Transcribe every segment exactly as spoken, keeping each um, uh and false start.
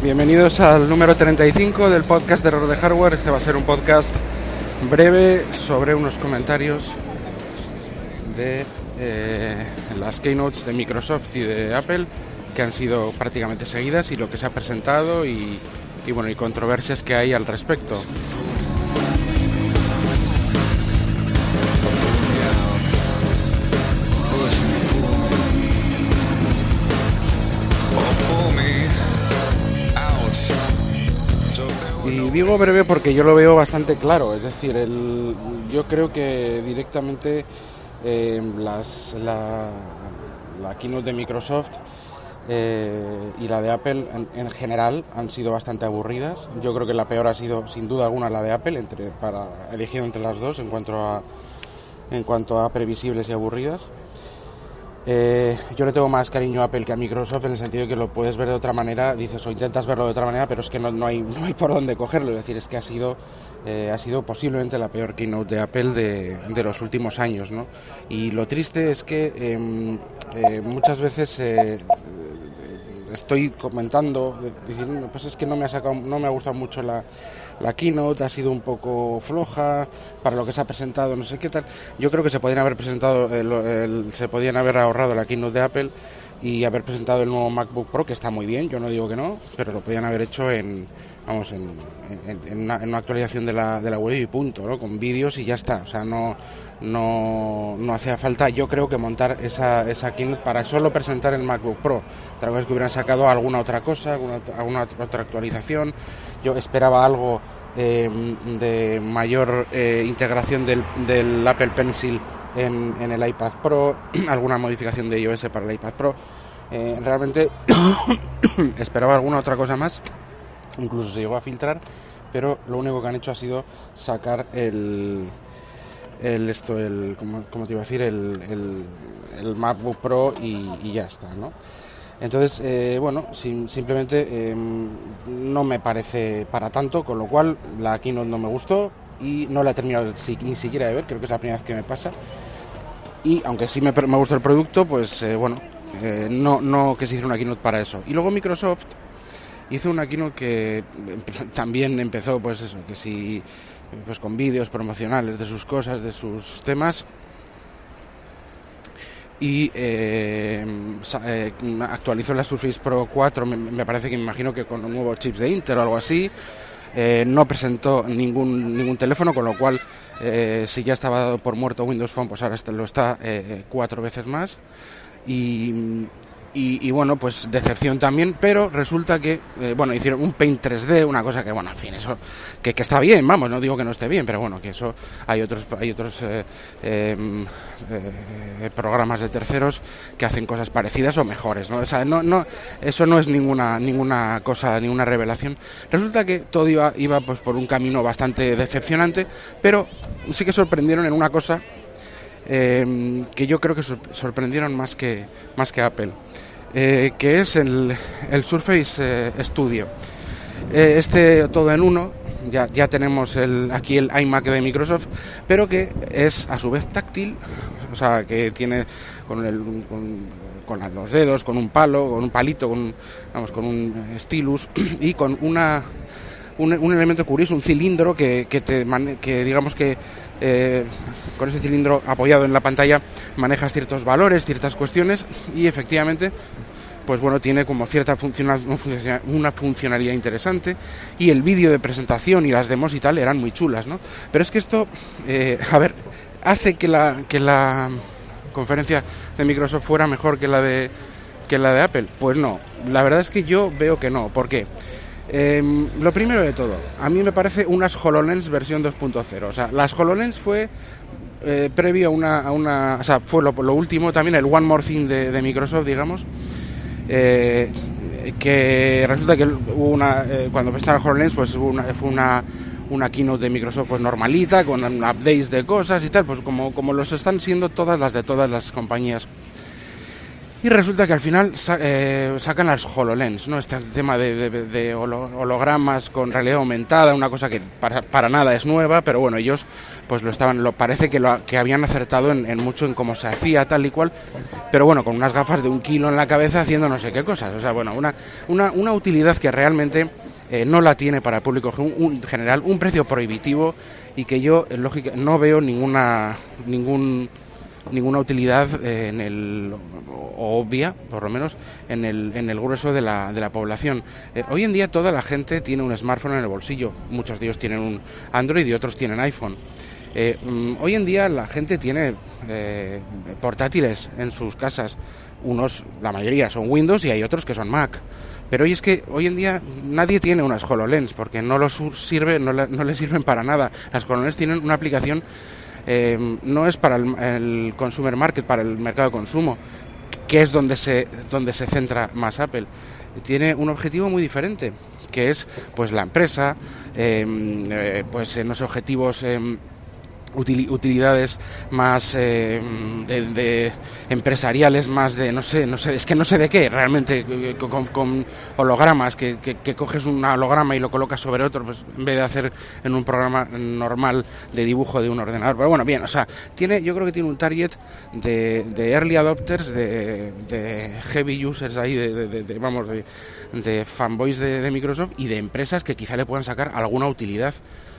Bienvenidos al número treinta y cinco del podcast de Error de Hardware. Este va a ser un podcast breve sobre unos comentarios de eh, las keynotes de Microsoft y de Apple que han sido prácticamente seguidas y lo que se ha presentado y, y bueno y controversias que hay al respecto. Y digo breve porque yo lo veo bastante claro, es decir, el, yo creo que directamente eh, las, la, la keynote de Microsoft eh, y la de Apple en, en general han sido bastante aburridas. Yo creo que la peor ha sido sin duda alguna la de Apple, entre, para elegido entre las dos en cuanto a, en cuanto a previsibles y aburridas. Eh, yo le tengo más cariño a Apple que a Microsoft en el sentido de que lo puedes ver de otra manera, dices o intentas verlo de otra manera, pero es que no, no, hay, no hay por dónde cogerlo. Es decir, es que ha sido eh, ha sido posiblemente la peor keynote de Apple de, de los últimos años, ¿no? Y lo triste es que eh, eh, muchas veces eh, estoy comentando diciendo, pues es que no me ha sacado, no me ha gustado mucho la La keynote, ha sido un poco floja para lo que se ha presentado, no sé qué tal. Yo creo que se podían haber presentado, el, el, se podían haber ahorrado la keynote de Apple y haber presentado el nuevo MacBook Pro, que está muy bien, yo no digo que no, pero lo podían haber hecho en, vamos, en, en, en, una, en una actualización de la, de la web y punto, ¿no? Con vídeos y ya está. O sea, no, no, no hacía falta, yo creo, que montar esa, esa keynote para solo presentar el MacBook Pro. Tal vez que hubieran sacado alguna otra cosa, alguna, alguna otra actualización. Yo esperaba algo eh, de mayor eh, integración del, del Apple Pencil en, en el iPad Pro, alguna modificación de iOS para el iPad Pro. Eh, realmente esperaba alguna otra cosa más, incluso se llegó a filtrar, pero lo único que han hecho ha sido sacar el, el esto, el, ¿cómo, cómo te iba a decir? El, el, el MacBook Pro y, y ya está, ¿no? Entonces, eh, bueno, sim, simplemente eh, no me parece para tanto, con lo cual la keynote no me gustó y no la he terminado si, ni siquiera de ver, creo que es la primera vez que me pasa. Y aunque sí me, me gustó el producto, pues eh, bueno, eh, no, no que se hiciera una keynote para eso. Y luego Microsoft hizo una keynote que también empezó, pues eso, que sí, pues con vídeos promocionales de sus cosas, de sus temas. Y eh, eh, actualizó la Surface Pro cuatro, me, me parece que me imagino que con nuevos chips de Intel o algo así. Eh, no presentó ningún ningún teléfono, con lo cual eh, si ya estaba dado por muerto Windows Phone, pues ahora lo está eh, cuatro veces más. Y, y, y bueno, pues decepción también, pero resulta que, eh, bueno, hicieron un Paint tres D, una cosa que, bueno, en fin, eso, que, que está bien, vamos, no digo que no esté bien, pero bueno, que eso, hay otros hay otros eh, eh, eh, programas de terceros que hacen cosas parecidas o mejores, ¿no? O sea, no, no, eso no es ninguna ninguna cosa, ninguna revelación. Resulta que todo iba, iba pues por un camino bastante decepcionante, pero sí que sorprendieron en una cosa eh, que yo creo que sor- sorprendieron más que, más que Apple. Eh, que es el, el Surface eh, Studio. Eh, este todo en uno, ya, ya tenemos el, aquí el iMac de Microsoft, pero que es a su vez táctil, o sea, que tiene con, el, con, con los dedos, con un palo, con un palito, con, vamos, con un stylus y con una un, un elemento curioso, un cilindro que, que, te, que digamos que Eh, con ese cilindro apoyado en la pantalla manejas ciertos valores, ciertas cuestiones y efectivamente pues bueno, tiene como cierta funcional, una funcionalidad interesante y el vídeo de presentación y las demos y tal eran muy chulas, ¿no? Pero es que esto, eh, a ver, hace que la, que la conferencia de Microsoft fuera mejor que la de que la de Apple. Pues no, la verdad es que yo veo que no. ¿Por qué? Eh, lo primero de todo, a mí me parece unas HoloLens versión dos punto cero. O sea, las HoloLens fue eh, previo a una, a una... O sea, fue lo, lo último también, el One More Thing de, de Microsoft, digamos. Eh, que resulta que hubo una... Eh, cuando presentaron HoloLens, pues hubo una, fue una... una keynote de Microsoft pues normalita, con updates de cosas y tal, pues como, como los están siendo todas las de todas las compañías. Y resulta que al final sa- eh, sacan las HoloLens, ¿no? Este tema de, de, de holo- hologramas con realidad aumentada, una cosa que para, para nada es nueva, pero bueno, ellos pues lo estaban, lo parece que lo que habían acertado en, en mucho en cómo se hacía tal y cual, pero bueno, con unas gafas de un kilo en la cabeza haciendo no sé qué cosas, o sea, bueno, una una, una utilidad que realmente eh, no la tiene para el público un, un, general, un precio prohibitivo y que yo, en lógica, no veo ninguna ningún ninguna utilidad eh, en el o obvia, por lo menos, en el, en el grueso de la, de la población. Eh, hoy en día toda la gente tiene un smartphone en el bolsillo, muchos de ellos tienen un Android y otros tienen iPhone. Eh, um, hoy en día la gente tiene eh, portátiles en sus casas, unos, la mayoría son Windows y hay otros que son Mac. Pero hoy es que hoy en día nadie tiene unas HoloLens porque no los sirve, no, le, no les sirven para nada. Las HoloLens tienen una aplicación. Eh, no es para el, el consumer market, para el mercado de consumo, que es donde se donde se centra más Apple. Tiene un objetivo muy diferente, que es pues la empresa, eh, eh, pues en los objetivos eh, utilidades más eh, de, de empresariales, más de no sé, no sé, es que no sé de qué realmente, con, con hologramas, que, que, que coges un holograma y lo colocas sobre otro, pues en vez de hacer en un programa normal de dibujo de un ordenador. Pero bueno, bien, o sea, tiene, yo creo que tiene un target de, de early adopters, de, de heavy users ahí, de, de, de, de vamos, de, de fanboys de, de Microsoft y de empresas que quizá le puedan sacar alguna utilidad.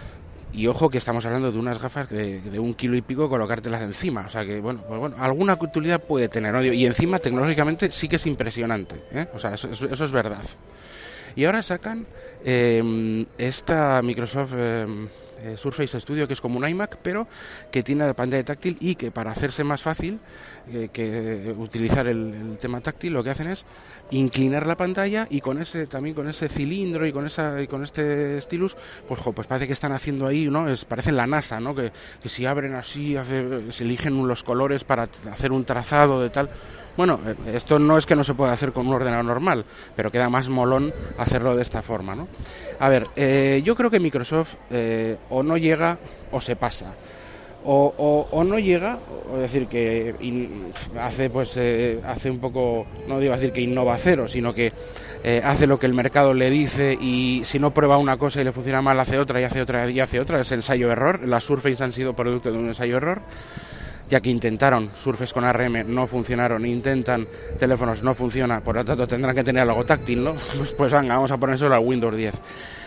Y ojo que estamos hablando de unas gafas de, de un kilo y pico, colocártelas encima. O sea que, bueno, pues bueno, alguna utilidad puede tener, ¿no? Y encima, tecnológicamente, sí que es impresionante, ¿eh? O sea, eso, eso, eso es verdad. Y ahora sacan eh, esta Microsoft eh, eh, Surface Studio, que es como un iMac, pero que tiene la pantalla táctil y que para hacerse más fácil eh, que utilizar el, el tema táctil, lo que hacen es inclinar la pantalla y con ese también con ese cilindro y con esa y con este stylus, pues jo, pues parece que están haciendo ahí, ¿no? Es, parece la NASA, ¿no? Que, que si abren así, hace, se eligen los colores para hacer un trazado de tal. Bueno, esto no es que no se pueda hacer con un ordenador normal, pero queda más molón hacerlo de esta forma, ¿no? A ver, eh, yo creo que Microsoft eh, o no llega o se pasa. O, o, o no llega, es decir, que in, hace pues eh, hace un poco, no digo decir que innova cero, sino que eh, hace lo que el mercado le dice y si no prueba una cosa y le funciona mal, hace otra y hace otra y hace otra, es ensayo-error. Las Surface han sido producto de un ensayo-error, ya que intentaron Surface con A R M, no funcionaron, intentan teléfonos, no funciona, por lo tanto tendrán que tener algo táctil, ¿no? Pues, pues venga, vamos a poner solo al Windows diez.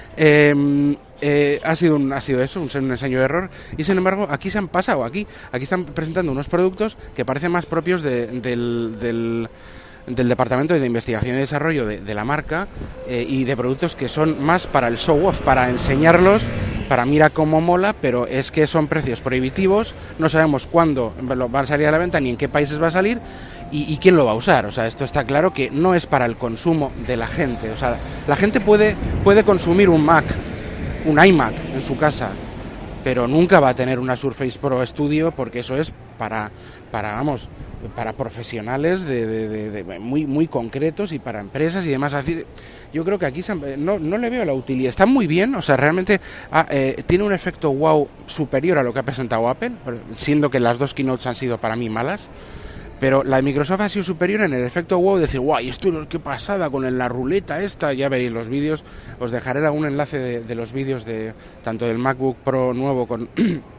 Eh, eh, ha sido un, ha sido eso, un, un ensayo de error, y sin embargo aquí se han pasado, aquí aquí están presentando unos productos que parecen más propios de, del, del, del departamento de investigación y desarrollo de, de la marca, eh, y de productos que son más para el show off, para enseñarlos, para mira cómo mola, pero es que son precios prohibitivos, no sabemos cuándo van a salir a la venta ni en qué países va a salir. Y, y quién lo va a usar. O sea, esto está claro que no es para el consumo de la gente. O sea, la gente puede, puede consumir un Mac, un iMac en su casa, pero nunca va a tener una Surface Pro Studio porque eso es para, para vamos, para profesionales de, de, de, de muy, muy concretos y para empresas y demás. Así, yo creo que aquí no, no le veo la utilidad. Está muy bien, o sea, realmente ah, eh, tiene un efecto wow superior a lo que ha presentado Apple, siendo que las dos keynotes han sido para mí malas. Pero la de Microsoft ha sido superior en el efecto wow, de decir, guay, esto qué pasada con el, la ruleta esta, ya veréis los vídeos, os dejaré algún enlace de, de los vídeos de tanto del MacBook Pro nuevo con,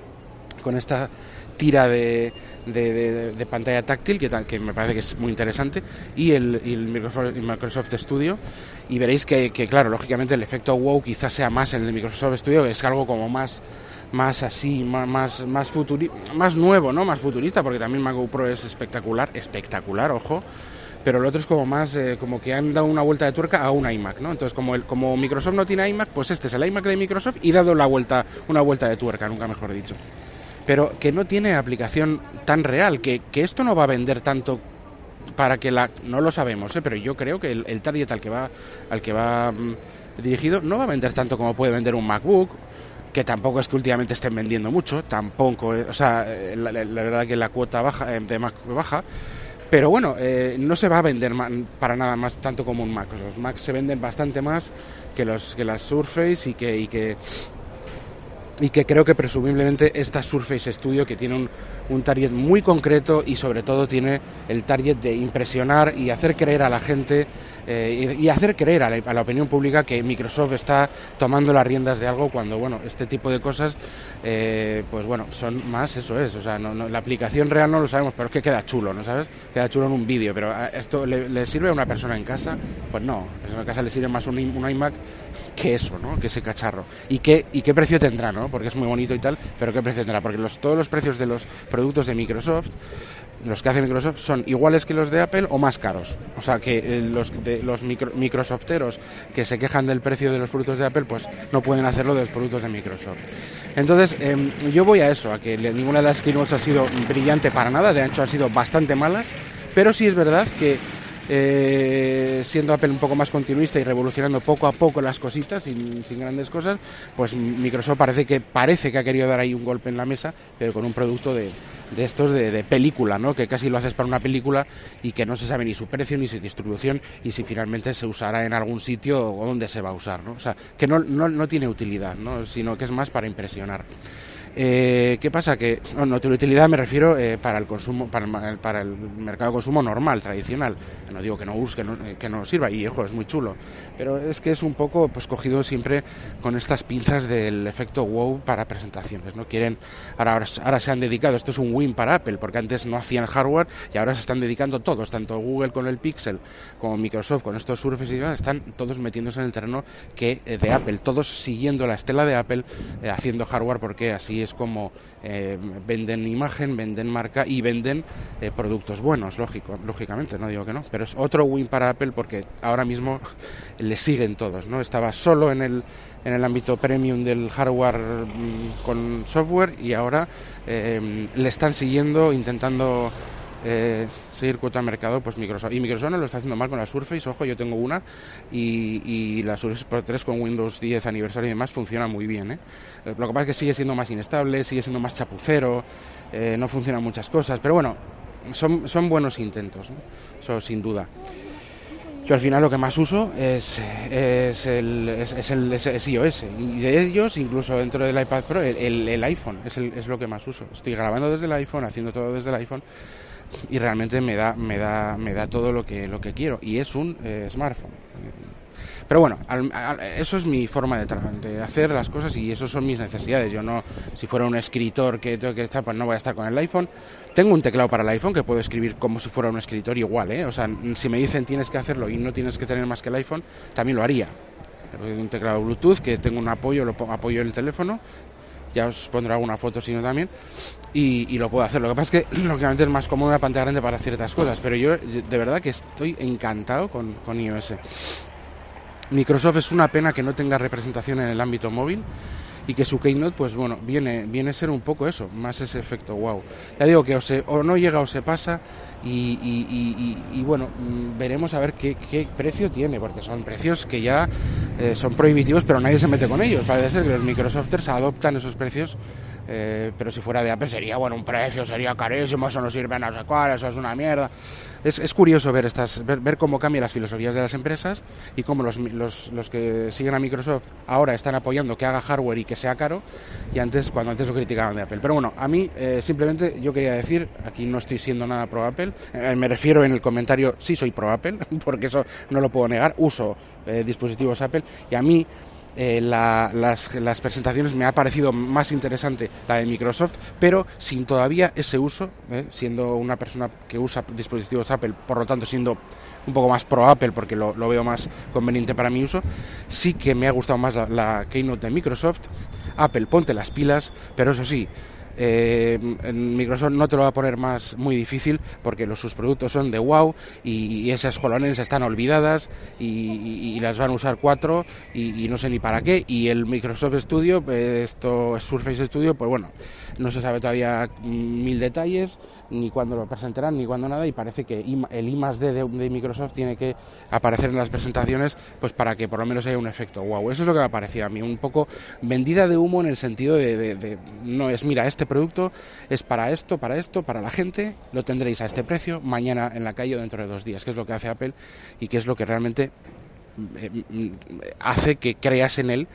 con esta tira de, de, de, de pantalla táctil, que, que me parece que es muy interesante, y el, y el Microsoft, el Microsoft Studio, y veréis que, que, claro, lógicamente el efecto wow quizás sea más en el Microsoft Studio, que es algo como más... más así, más más más, futuri- más nuevo, ¿no? Más futurista, porque también MacBook Pro es espectacular, espectacular, ojo, pero el otro es como más, eh, como que han dado una vuelta de tuerca a un iMac, ¿no? Entonces, como el, como Microsoft no tiene iMac, pues este es el iMac de Microsoft y dado la vuelta, una vuelta de tuerca, nunca mejor dicho. Pero que no tiene aplicación tan real, que, que esto no va a vender tanto para que la... No lo sabemos, ¿eh? Pero yo creo que el, el target al que va, al que va mmm, dirigido no va a vender tanto como puede vender un MacBook, que tampoco es que últimamente estén vendiendo mucho, tampoco, eh, o sea, la, la, la verdad que la cuota baja eh, de Mac baja, pero bueno, eh, no se va a vender man, para nada más tanto como un Mac. Los Macs se venden bastante más que los que las Surface y que y que y que creo que presumiblemente esta Surface Studio, que tiene un, un target muy concreto y sobre todo tiene el target de impresionar y hacer creer a la gente eh, y, y hacer creer a la, a la opinión pública que Microsoft está tomando las riendas de algo, cuando bueno, este tipo de cosas eh, pues bueno, son más, eso es, o sea, no, no, la aplicación real no lo sabemos, pero es que queda chulo, ¿no sabes? Queda chulo en un vídeo, pero ¿esto le, le sirve a una persona en casa? Pues no, a una persona en casa le sirve más un, un iMac que eso, ¿no? Que ese cacharro. ¿Y qué, y qué precio tendrá, ¿no? Porque es muy bonito y tal, pero ¿qué precio tendrá? Porque los, todos los precios de los productos de Microsoft, los que hace Microsoft, son iguales que los de Apple o más caros. O sea, que eh, los, de, los micro, Microsofteros que se quejan del precio de los productos de Apple, pues no pueden hacerlo de los productos de Microsoft. Entonces, eh, yo voy a eso, a que ninguna de las keynotes ha sido brillante para nada, de hecho han sido bastante malas, pero sí es verdad que Eh, siendo Apple un poco más continuista y revolucionando poco a poco las cositas sin, sin grandes cosas, pues Microsoft parece que parece que ha querido dar ahí un golpe en la mesa, pero con un producto de, de estos de, de película, ¿no? Que casi lo haces para una película y que no se sabe ni su precio ni su distribución y si finalmente se usará en algún sitio o dónde se va a usar, ¿no? O sea, que no, no, no tiene utilidad, ¿no? Sino que es más para impresionar. Eh, ¿Qué pasa? Que no, no tiene utilidad, me refiero eh, para el consumo, para el, para el mercado de consumo normal, tradicional. No digo que no use, que no, que no sirva, y ojo, es muy chulo, pero es que es un poco pues cogido siempre con estas pinzas del efecto wow para presentaciones, ¿no? Quieren, ahora, ahora, ahora se han dedicado, esto es un win para Apple, porque antes no hacían hardware y ahora se están dedicando todos, tanto Google con el Pixel, como Microsoft con estos Surface y demás, están todos metiéndose en el terreno que eh, de Apple, todos siguiendo la estela de Apple, eh, haciendo hardware, porque así es como eh, venden imagen, venden marca y venden eh, productos buenos, lógico, lógicamente, no digo que no, pero es otro win para Apple porque ahora mismo le siguen todos, ¿no? Estaba solo en el en el ámbito premium del hardware mmm, con software y ahora eh, le están siguiendo, intentando Eh, seguir cuota de mercado, pues Microsoft, y Microsoft no lo está haciendo mal con la Surface, ojo, yo tengo una y, y la Surface Pro tres con Windows diez aniversario y demás funciona muy bien, ¿eh? Lo que pasa es que sigue siendo más inestable, sigue siendo más chapucero, eh, no funcionan muchas cosas, pero bueno, son, son buenos intentos, ¿no? Eso sin duda. Yo al final lo que más uso es, es, el, es, es el es, es iOS, y de ellos, incluso dentro del iPad Pro, el, el, el iPhone es, el, es lo que más uso. Estoy grabando desde el iPhone, haciendo todo desde el iPhone, y realmente me da me da me da todo lo que lo que quiero, y es un eh, smartphone. Pero bueno, al, al, eso es mi forma de, de hacer las cosas y eso son mis necesidades. Yo no, si fuera un escritor que tengo que estar, pues no voy a estar con el iPhone. Tengo un teclado para el iPhone que puedo escribir como si fuera un escritor igual, ¿eh? O sea, si me dicen tienes que hacerlo y no tienes que tener más que el iPhone, también lo haría. Un teclado Bluetooth que tengo un apoyo, lo apoyo en el teléfono. Ya os pondré alguna foto, si no también, y, y lo puedo hacer. Lo que pasa es que, lógicamente, es más cómodo una pantalla grande para ciertas cosas, pero yo de verdad que estoy encantado con, con iOS. Microsoft es una pena que no tenga representación en el ámbito móvil y que su Keynote, pues bueno, viene, viene a ser un poco eso, más ese efecto wow. Ya digo que o, se, o no llega o se pasa y, y, y, y, y bueno, veremos a ver qué, qué precio tiene, porque son precios que ya eh, son prohibitivos, pero nadie se mete con ellos. Parece ser que los Microsofters adoptan esos precios, eh, pero si fuera de Apple sería, bueno, un precio, sería carísimo, eso no sirve a no sé cuál, eso es una mierda. Es, es curioso ver estas ver, ver cómo cambian las filosofías de las empresas y cómo los, los, los que siguen a Microsoft ahora están apoyando que haga hardware y que sea caro, y antes cuando antes lo criticaban de Apple. Pero bueno, a mí eh, simplemente yo quería decir, aquí no estoy siendo nada pro Apple, eh, me refiero en el comentario, sí soy pro Apple, porque eso no lo puedo negar, uso eh, dispositivos Apple, y a mí Eh, la, las, las presentaciones me ha parecido más interesante la de Microsoft, pero sin todavía ese uso, eh, siendo una persona que usa dispositivos Apple, por lo tanto siendo un poco más pro Apple porque lo, lo veo más conveniente para mi uso, sí que me ha gustado más la, la Keynote de Microsoft. Apple, ponte las pilas, pero eso sí, Eh, en Microsoft no te lo va a poner más muy difícil porque los, sus productos son de wow y, y esas HoloLens están olvidadas y, y, y las van a usar cuatro y, y no sé ni para qué, y el Microsoft Studio, eh, esto Surface Studio, pues bueno, no se sabe todavía mil detalles, ni cuándo lo presentarán, ni cuándo nada, y parece que el I más D de, de Microsoft tiene que aparecer en las presentaciones pues para que por lo menos haya un efecto wow. Eso es lo que me ha parecido a mí, un poco vendida de humo en el sentido de, de, de no es, mira, este producto es para esto, para esto, para la gente, lo tendréis a este precio mañana en la calle o dentro de dos días, que es lo que hace Apple y que es lo que realmente eh, hace que creas en él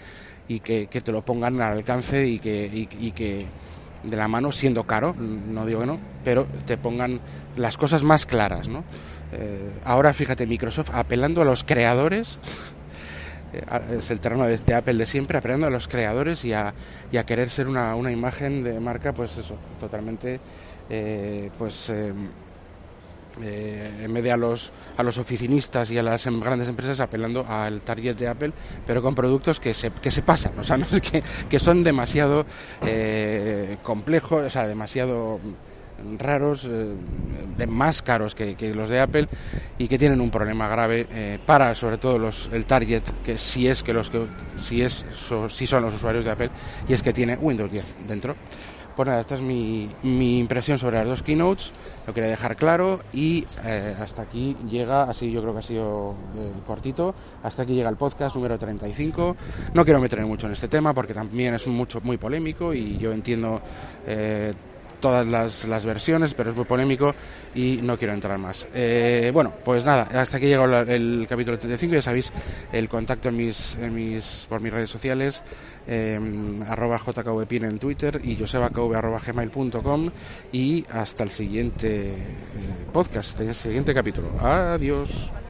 y que, que te lo pongan al alcance y que, y, y que de la mano, siendo caro, no digo que no, pero te pongan las cosas más claras, ¿no? Eh, ahora fíjate, Microsoft apelando a los creadores, eh, es el terreno de, de Apple de siempre, apelando a los creadores y a, y a querer ser una, una imagen de marca, pues eso, totalmente, eh, pues eh, eh, en vez de a los, a los oficinistas y a las em, grandes empresas, apelando al target de Apple, pero con productos que se, que se pasan, o sea, no es que, que son demasiado eh, complejos, o sea, demasiado raros, eh, de más caros que, que los de Apple, y que tienen un problema grave eh, para sobre todo los el target, que si es que los que si es so, si son los usuarios de Apple, y es que tiene Windows diez dentro. Pues nada, esta es mi, mi impresión sobre las dos keynotes, lo quería dejar claro, y eh, hasta aquí llega, así yo creo que ha sido eh, cortito, hasta aquí llega el podcast número treinta y cinco. No quiero meterme mucho en este tema porque también es mucho muy polémico y yo entiendo eh, todas las, las versiones, pero es muy polémico y no quiero entrar más. Eh, bueno, pues nada, hasta aquí llega el, el capítulo treinta y cinco, ya sabéis, el contacto en mis, en mis, por mis redes sociales, eh, arroba jkvpin en Twitter y josebakv arroba gmail punto com, y hasta el siguiente eh, podcast, el siguiente capítulo. Adiós.